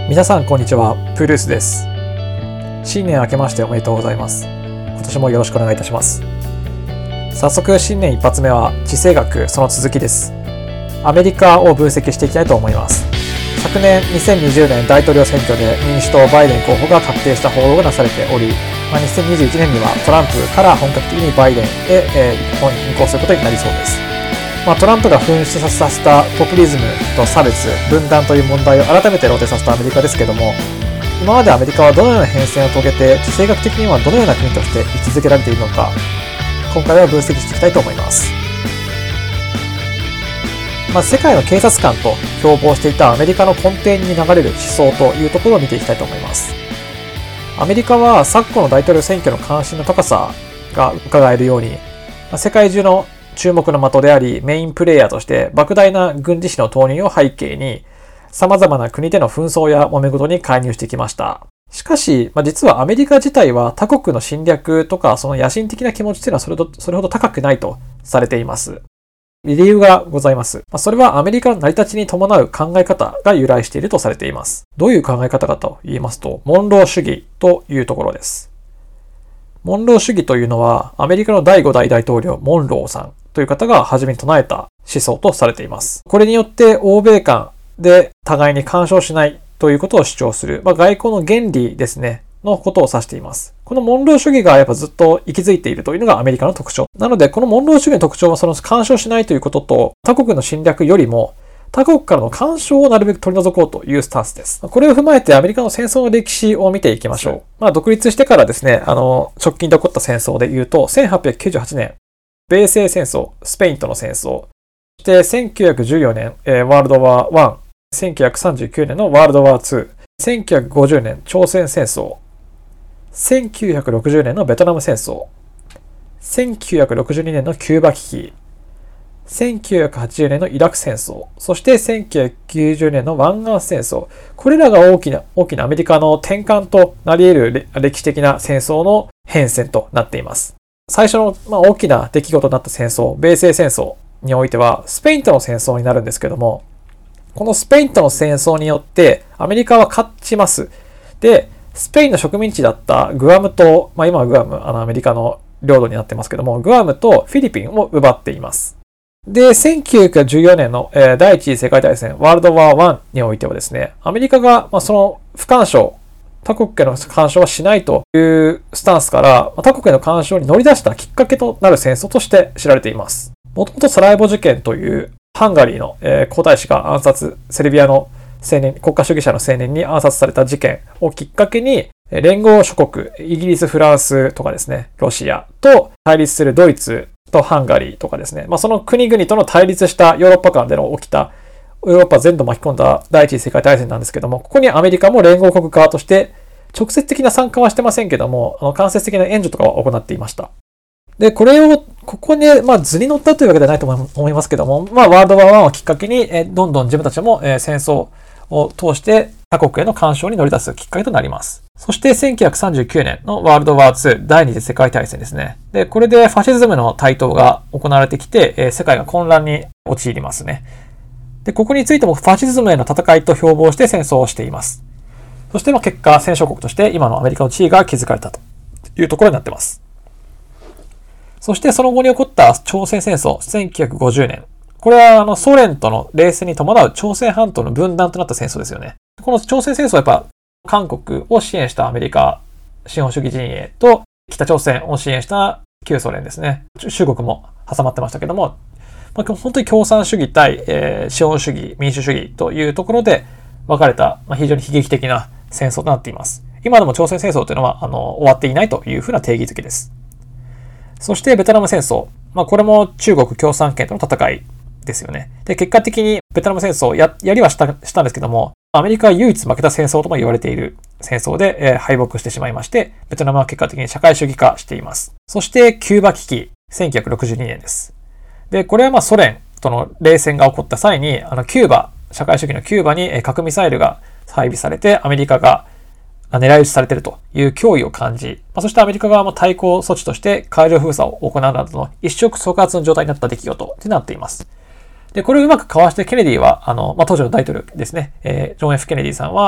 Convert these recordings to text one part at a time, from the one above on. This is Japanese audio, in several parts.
皆さんこんにちは、プルースです。新年明けましておめでとうございます。今年もよろしくお願いいたします。早速新年一発目は地政学その続きです。アメリカを分析していきたいと思います。昨年2020年大統領選挙で民主党バイデン候補が確定した報道がなされており、2021年にはトランプから本格的にバイデンへ一本に変更することになりそうです。トランプが噴出させたポピュリズムと差別、分断という問題を改めて露呈させたアメリカですけども、今までアメリカはどのような変遷を遂げて、地政学的にはどのような国として位置づけられているのか、今回は分析していきたいと思います。世界の警察官と標榜していたアメリカの根底に流れる思想というところを見ていきたいと思います。アメリカは昨今の大統領選挙の関心の高さが伺えるように、世界中の注目の的であり、メインプレイヤーとして莫大な軍事費の投入を背景に、様々な国での紛争や揉め事に介入してきました。しかし、実はアメリカ自体は他国の侵略とかその野心的な気持ちというのはそれほど高くないとされています。理由がございます。それはアメリカの成り立ちに伴う考え方が由来しているとされています。どういう考え方かと言いますと、モンロー主義というところです。モンロー主義というのは、アメリカの第5代大統領モンローさんという方が初めに唱えた思想とされています。これによって欧米間で互いに干渉しないということを主張する、外交の原理ですね、のことを指しています。このモンロー主義がやっぱずっと息づいているというのがアメリカの特徴。なので、このモンロー主義の特徴はその干渉しないということと、他国の侵略よりも、他国からの干渉をなるべく取り除こうというスタンスです。これを踏まえてアメリカの戦争の歴史を見ていきましょう。独立してからですね、直近で起こった戦争で言うと、1898年、米西戦争、スペインとの戦争、そして1914年、ワールドワー1、1939年のワールドワー2、1950年、朝鮮戦争、1960年のベトナム戦争、1962年のキューバ危機、1980年のイラク戦争、そして1990年の湾岸戦争。これらが大きなアメリカの転換となり得る歴史的な戦争の変遷となっています。最初の大きな出来事となった戦争、米西戦争においてはスペインとの戦争になるんですけども、このスペインとの戦争によってアメリカは勝ちます。で、スペインの植民地だったグアム島、今はグアム、アメリカの領土になってますけども、グアムとフィリピンを奪っています。で、1914年の第一次世界大戦、ワールドワー1においてはですね、アメリカがその不干渉、他国への干渉はしないというスタンスから、他国への干渉に乗り出したきっかけとなる戦争として知られています。もともとサラエボ事件というハンガリーの皇太子が暗殺、セルビアの青年、国家主義者の青年に暗殺された事件をきっかけに、連合諸国、イギリス、フランスとかですね、ロシアと対立するドイツとハンガリーとかですね、その国々との対立したヨーロッパ間での起きた、ヨーロッパ全土巻き込んだ第一次世界大戦なんですけども、ここにアメリカも連合国側として直接的な参加はしてませんけども、間接的な援助とかは行っていました。で、これを、ここに、図に乗ったというわけではないと思いますけども、ワールドワー1をきっかけに、どんどん自分たちも、戦争を通して他国への干渉に乗り出すきっかけとなります。そして1939年のワールドワー2第二次世界大戦ですね。で、これでファシズムの台頭が行われてきて、世界が混乱に陥りますね。で、ここについてもファシズムへの戦いと標榜して戦争をしています。そして結果、戦勝国として今のアメリカの地位が築かれたというところになっています。そしてその後に起こった朝鮮戦争、1950年。これはソ連との冷戦に伴う朝鮮半島の分断となった戦争ですよね。この朝鮮戦争はやっぱ韓国を支援したアメリカ、資本主義陣営と北朝鮮を支援した旧ソ連ですね。中国も挟まってましたけども、本当に共産主義対、資本主義、民主主義というところで分かれた、非常に悲劇的な戦争となっています。今でも朝鮮戦争というのは終わっていないというふうな定義づけです。そしてベトナム戦争。これも中国共産圏との戦いですよね。で、結果的にベトナム戦争をやりはしたんですけども、アメリカは唯一負けた戦争とも言われている戦争で、敗北してしまいまして、ベトナムは結果的に社会主義化しています。そしてキューバ危機、1962年です。で、これはソ連との冷戦が起こった際に、キューバ、社会主義のキューバに核ミサイルが配備されて、アメリカが狙い撃ちされているという脅威を感じ、そしてアメリカ側も対抗措置として海上封鎖を行うなどの一触即発の状態になった出来事となっています。で、これをうまくかわしてケネディは、当時の大統領ですね、ジョン・ F ・ケネディさんは、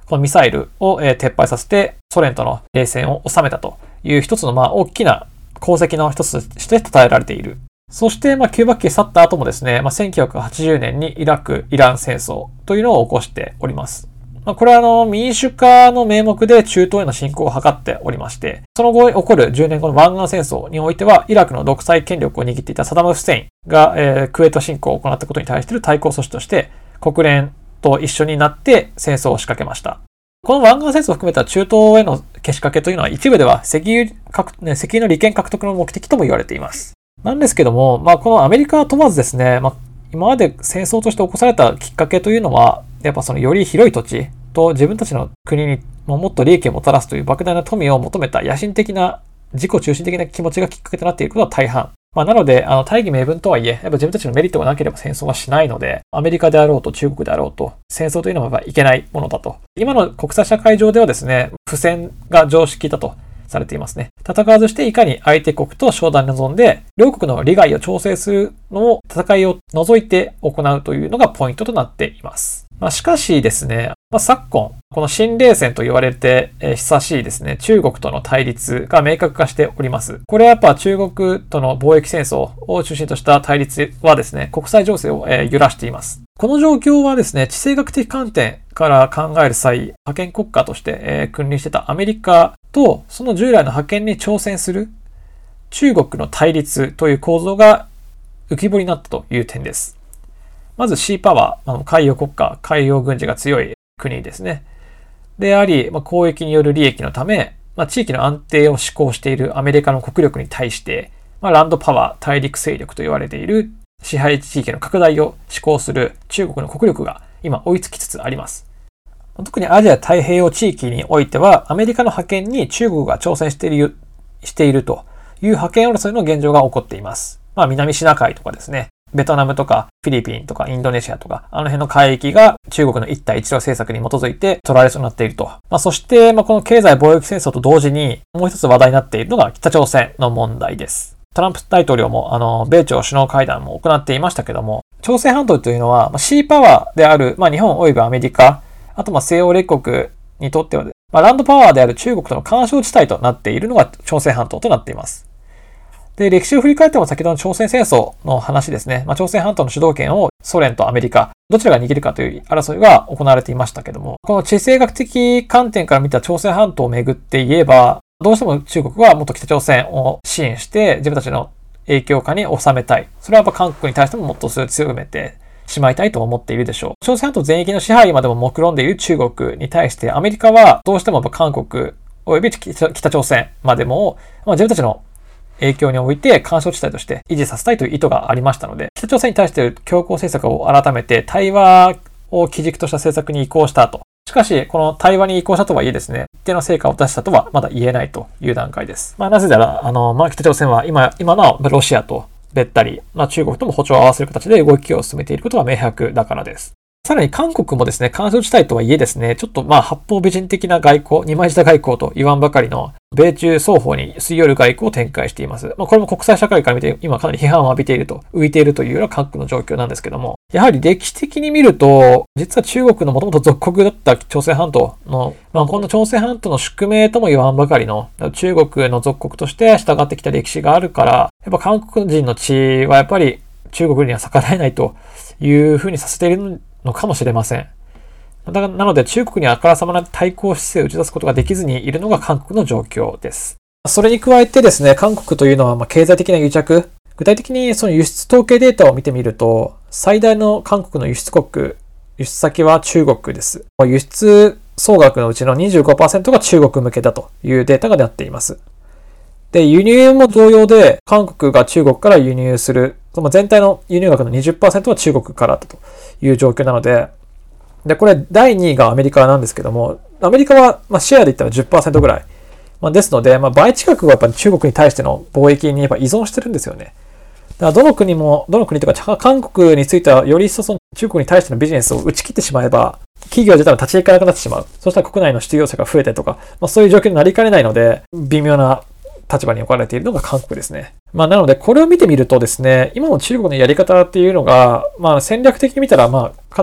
このミサイルを撤廃させてソ連との冷戦を収めたという一つの大きな功績の一つとして称えられている。そして、キューバ危機去った後もですね、1980年にイラク・イラン戦争というのを起こしております。これは民主化の名目で中東への侵攻を図っておりまして、その後起こる10年後の湾岸戦争においては、イラクの独裁権力を握っていたサダム・フセインが、クウェート侵攻を行ったことに対している対抗措置として、国連と一緒になって戦争を仕掛けました。この湾岸戦争を含めた中東へのけしかけというのは一部では石油の利権獲得の目的とも言われています。なんですけども、このアメリカは問わずですね、今まで戦争として起こされたきっかけというのは、やっぱそのより広い土地と自分たちの国にもっと利益をもたらすという莫大な富を求めた野心的な、自己中心的な気持ちがきっかけとなっていることは大半。なので、大義名分とはいえ、やっぱ自分たちのメリットがなければ戦争はしないので、アメリカであろうと中国であろうと、戦争というのはやっぱいけないものだと。今の国際社会上ではですね、不戦が常識だとされていますね。戦わずしていかに相手国と商談に臨んで、両国の利害を調整するのを戦いを除いて行うというのがポイントとなっています。しかしですね、昨今、この新冷戦と言われて久しいですね、中国との対立が明確化しております。これはやっぱ中国との貿易戦争を中心とした対立はですね、国際情勢を揺らしています。この状況はですね、地政学的観点から考える際、覇権国家として君臨してたアメリカと、その従来の覇権に挑戦する中国の対立という構造が浮き彫りになったという点です。まずシーパワー、海洋国家、海洋軍事が強い国ですね。であり、交易による利益のため、地域の安定を志向しているアメリカの国力に対して、ランドパワー、大陸勢力と言われている支配地域の拡大を志向する中国の国力が今追いつきつつあります。特にアジア太平洋地域においては、アメリカの覇権に中国が挑戦しているという覇権争いの現状が起こっています。南シナ海とかですね、ベトナムとかフィリピンとかインドネシアとか、あの辺の海域が中国の一帯一路政策に基づいて取られそうになっていると。そして、この経済貿易戦争と同時にもう一つ話題になっているのが北朝鮮の問題です。トランプ大統領も米朝首脳会談も行っていましたけども、朝鮮半島というのはシーパワーである日本及びアメリカ、あと西欧列国にとっては、ランドパワーである中国との干渉地帯となっているのが朝鮮半島となっています。で、歴史を振り返っても先ほどの朝鮮戦争の話ですね。朝鮮半島の主導権をソ連とアメリカ、どちらが握るかという争いが行われていましたけども、この地政学的観点から見た朝鮮半島をめぐって言えば、どうしても中国はもっと北朝鮮を支援して自分たちの影響下に収めたい。それはやっぱ韓国に対してももっと強めてしまいたいと思っているでしょう。朝鮮半島全域の支配までも目論んでいる中国に対してアメリカはどうしても韓国及び北朝鮮までも自分たちの影響において干渉地帯として維持させたいという意図がありましたので、北朝鮮に対している強硬政策を改めて対話を基軸とした政策に移行したと。しかし、この対話に移行したとはいえですね、一定の成果を出したとはまだ言えないという段階です。なぜなら、北朝鮮は今のロシアとべったり、中国とも歩調を合わせる形で動きを進めていることが明白だからです。さらに韓国もですね、干渉地帯とはいえですね、ちょっと八方美人的な外交、二枚舌外交と言わんばかりの米中双方に吸い寄る外交を展開しています。これも国際社会から見て今かなり批判を浴びていると、浮いているというような韓国の状況なんですけども、やはり歴史的に見ると、実は中国のもともと属国だった朝鮮半島の、この朝鮮半島の宿命とも言わんばかりの中国の属国として従ってきた歴史があるから、やっぱ韓国人の血はやっぱり中国には逆らえないというふうにさせているのかもしれません。なので中国にあからさまな対抗姿勢を打ち出すことができずにいるのが韓国の状況です。それに加えてですね、韓国というのは経済的な癒着、具体的にその輸出統計データを見てみると、最大の韓国の輸出先は中国です。輸出総額のうちの 25% が中国向けだというデータが出っています。で、輸入も同様で、韓国が中国から輸入する、全体の輸入額の 20% は中国からだという状況なので、これ第2位がアメリカなんですけども、アメリカはシェアで言ったら 10% ぐらい。ですので、倍近くはやっぱり中国に対しての貿易にやっぱ依存してるんですよね。だからどの国とか韓国についてはより一層その中国に対してのビジネスを打ち切ってしまえば、企業自体は立ち行かなくなってしまう。そしたら国内の失業者が増えてとか、そういう状況になりかねないので、微妙な立場に置かれているのが韓国ですね。なので、これを見てみるとですね、今の中国のやり方っていうのが、戦略的に見たら、かなり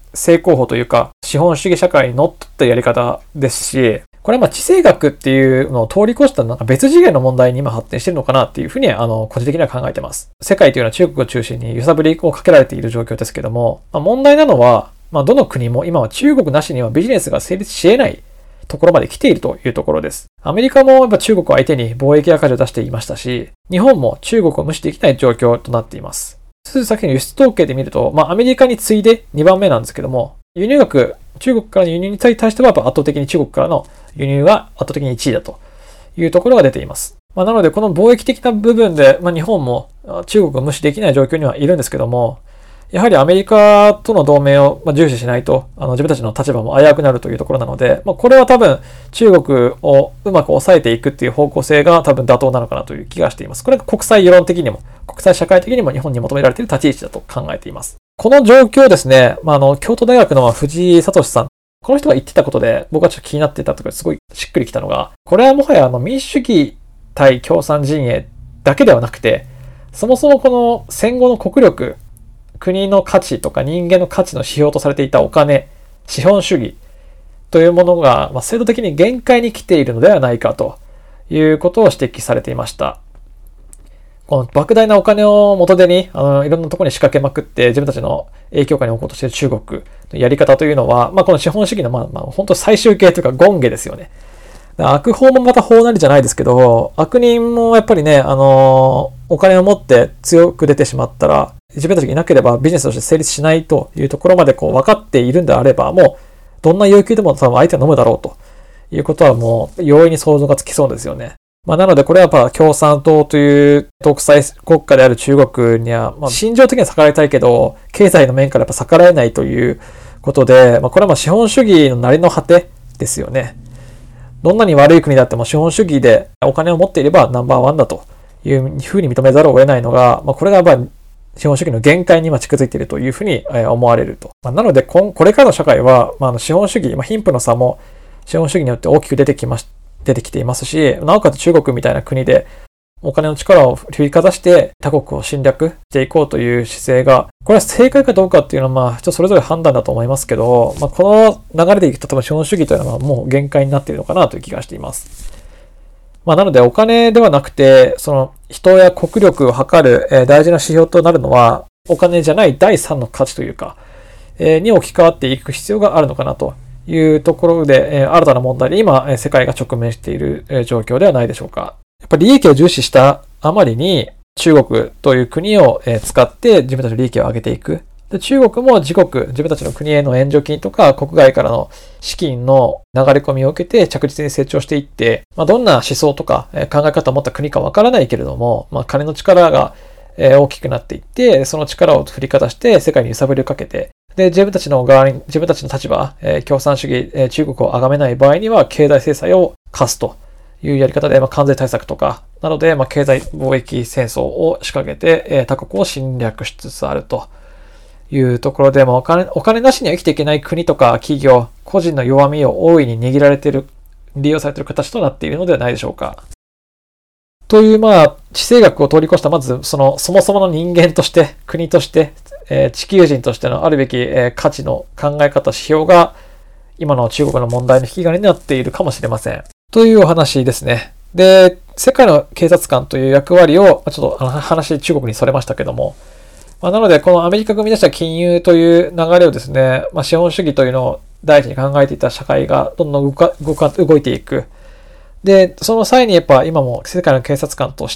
成功法というか、資本主義社会にのっとったやり方ですし、これは地政学っていうのを通り越したなんか別次元の問題に今発展しているのかなっていうふうに個人的には考えています。世界というのは中国を中心に揺さぶりをかけられている状況ですけども、問題なのは、どの国も今は中国なしにはビジネスが成立し得ないところまで来ているというところです。アメリカもやっぱ中国を相手に貿易赤字を出していましたし、日本も中国を無視できない状況となっています。さっきの輸出統計で見ると、アメリカに次いで2番目なんですけども、輸入額、中国からの輸入に対してはやっぱ圧倒的に中国からの輸入が圧倒的に1位だというところが出ています。なのでこの貿易的な部分で、日本も中国を無視できない状況にはいるんですけども、やはりアメリカとの同盟を重視しないと、自分たちの立場も危うくなるというところなので、これは多分中国をうまく抑えていくっていう方向性が多分妥当なのかなという気がしています。これが国際世論的にも、国際社会的にも日本に求められている立ち位置だと考えています。この状況ですね、京都大学の藤井聡さん、この人が言ってたことで僕はちょっと気になっていたとかすごいしっくりきたのが、これはもはや民主主義対共産陣営だけではなくて、そもそもこの戦後の国力、国の価値とか人間の価値の指標とされていたお金、資本主義というものが、制度的に限界に来ているのではないかということを指摘されていました。この莫大なお金を元手にいろんなところに仕掛けまくって自分たちの影響下に置こうとしている中国のやり方というのは、この資本主義の本当最終形というか権下ですよね。悪法もまた法なりじゃないですけど、悪人もやっぱりね、お金を持って強く出てしまったら、自分たちがいなければビジネスとして成立しないというところまで分かっているんであれば、もうどんな要求でも多分相手は飲むだろうということはもう容易に想像がつきそうですよね。なのでこれはやっぱ共産党という独裁国家である中国には、心情的には逆らいたいけど、経済の面からやっぱ逆らえないということで、これは資本主義の成りの果てですよね。どんなに悪い国だっても資本主義でお金を持っていればナンバーワンだというふうに認めざるを得ないのが、これがやっぱり資本主義の限界に今近づいているというふうに思われると。なのでこれからの社会は、資本主義、貧富の差も資本主義によって大きく出てきていますし、なおかつ中国みたいな国でお金の力を振りかざして他国を侵略していこうという姿勢が、これは正解かどうかっていうのはちょっとそれぞれ判断だと思いますけど、この流れでいくと多分資本主義というのはもう限界になっているのかなという気がしています。なのでお金ではなくて、その人や国力を測る大事な指標となるのは、お金じゃない第三の価値というか、に置き換わっていく必要があるのかなというところで、新たな問題で今世界が直面している状況ではないでしょうか。やっぱり利益を重視したあまりに中国という国を使って自分たちの利益を上げていく。で、中国も自分たちの国への援助金とか国外からの資金の流れ込みを受けて着実に成長していって、どんな思想とか考え方を持った国かわからないけれども、金の力が大きくなっていって、その力を振りかざして世界に揺さぶりをかけて、で、自分たちの立場、共産主義、中国を崇めない場合には経済制裁を科すというやり方で、関税対策とか、なので、経済貿易戦争を仕掛けて、他国を侵略しつつあるというところで、お金なしには生きていけない国とか企業、個人の弱みを大いに握られている、利用されている形となっているのではないでしょうか。という、地政学を通り越した、まず、そもそもの人間として、国として、地球人としてのあるべき、価値の考え方、指標が、今の中国の問題の引き金になっているかもしれません。というお話ですね。で、世界の警察官という役割を、ちょっと話中国にそれましたけども、なので、このアメリカが生み出した金融という流れをですね、資本主義というのを第一に考えていた社会がどんどん動いていく。で、その際にやっぱ今も世界の警察官として、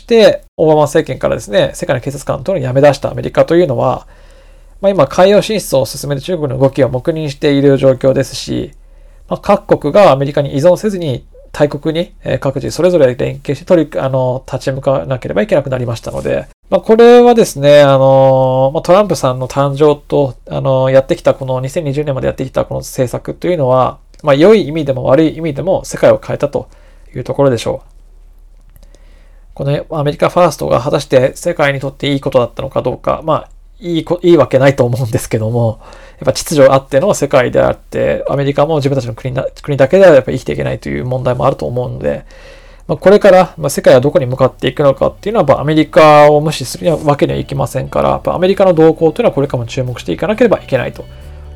オバマ政権からですね、世界の警察官というのを辞め出したアメリカというのは、今海洋進出を進める中国の動きを黙認している状況ですし、各国がアメリカに依存せずに大国に各自それぞれ連携して立ち向かわなければいけなくなりましたので、これはですね、トランプさんの誕生と、やってきたこの2020年までやってきたこの政策というのは、良い意味でも悪い意味でも世界を変えたというところでしょう。このアメリカファーストが果たして世界にとっていいことだったのかどうか、いいわけないと思うんですけども、やっぱ秩序あっての世界であって、アメリカも自分たちの国だけではやっぱり生きていけないという問題もあると思うので、これから世界はどこに向かっていくのかっていうのは、やっぱアメリカを無視するわけにはいきませんから、やっぱアメリカの動向というのはこれからも注目していかなければいけないと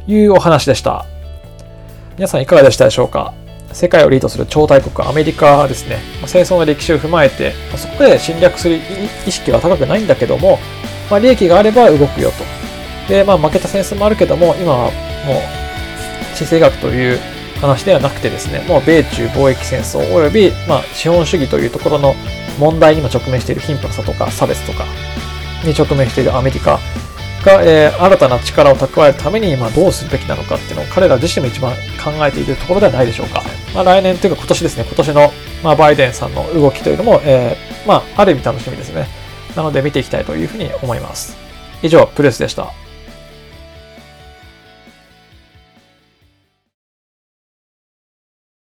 いうお話でした。皆さんいかがでしたでしょうか。世界をリードする超大国アメリカはですね、戦争の歴史を踏まえて、そこで侵略する意識は高くないんだけども、利益があれば動くよと。で、負けた戦争もあるけども、今はもう地政学という話ではなくてですね、もう米中貿易戦争および資本主義というところの問題にも直面している貧富の差とか差別とかに直面しているアメリカが、新たな力を蓄えるためにどうするべきなのかっていうのを彼ら自身も一番考えているところではないでしょうか。来年というか今年ですね、今年の、バイデンさんの動きというのも、ある意味楽しみですね。なので見ていきたいというふうに思います。以上、プレスでした。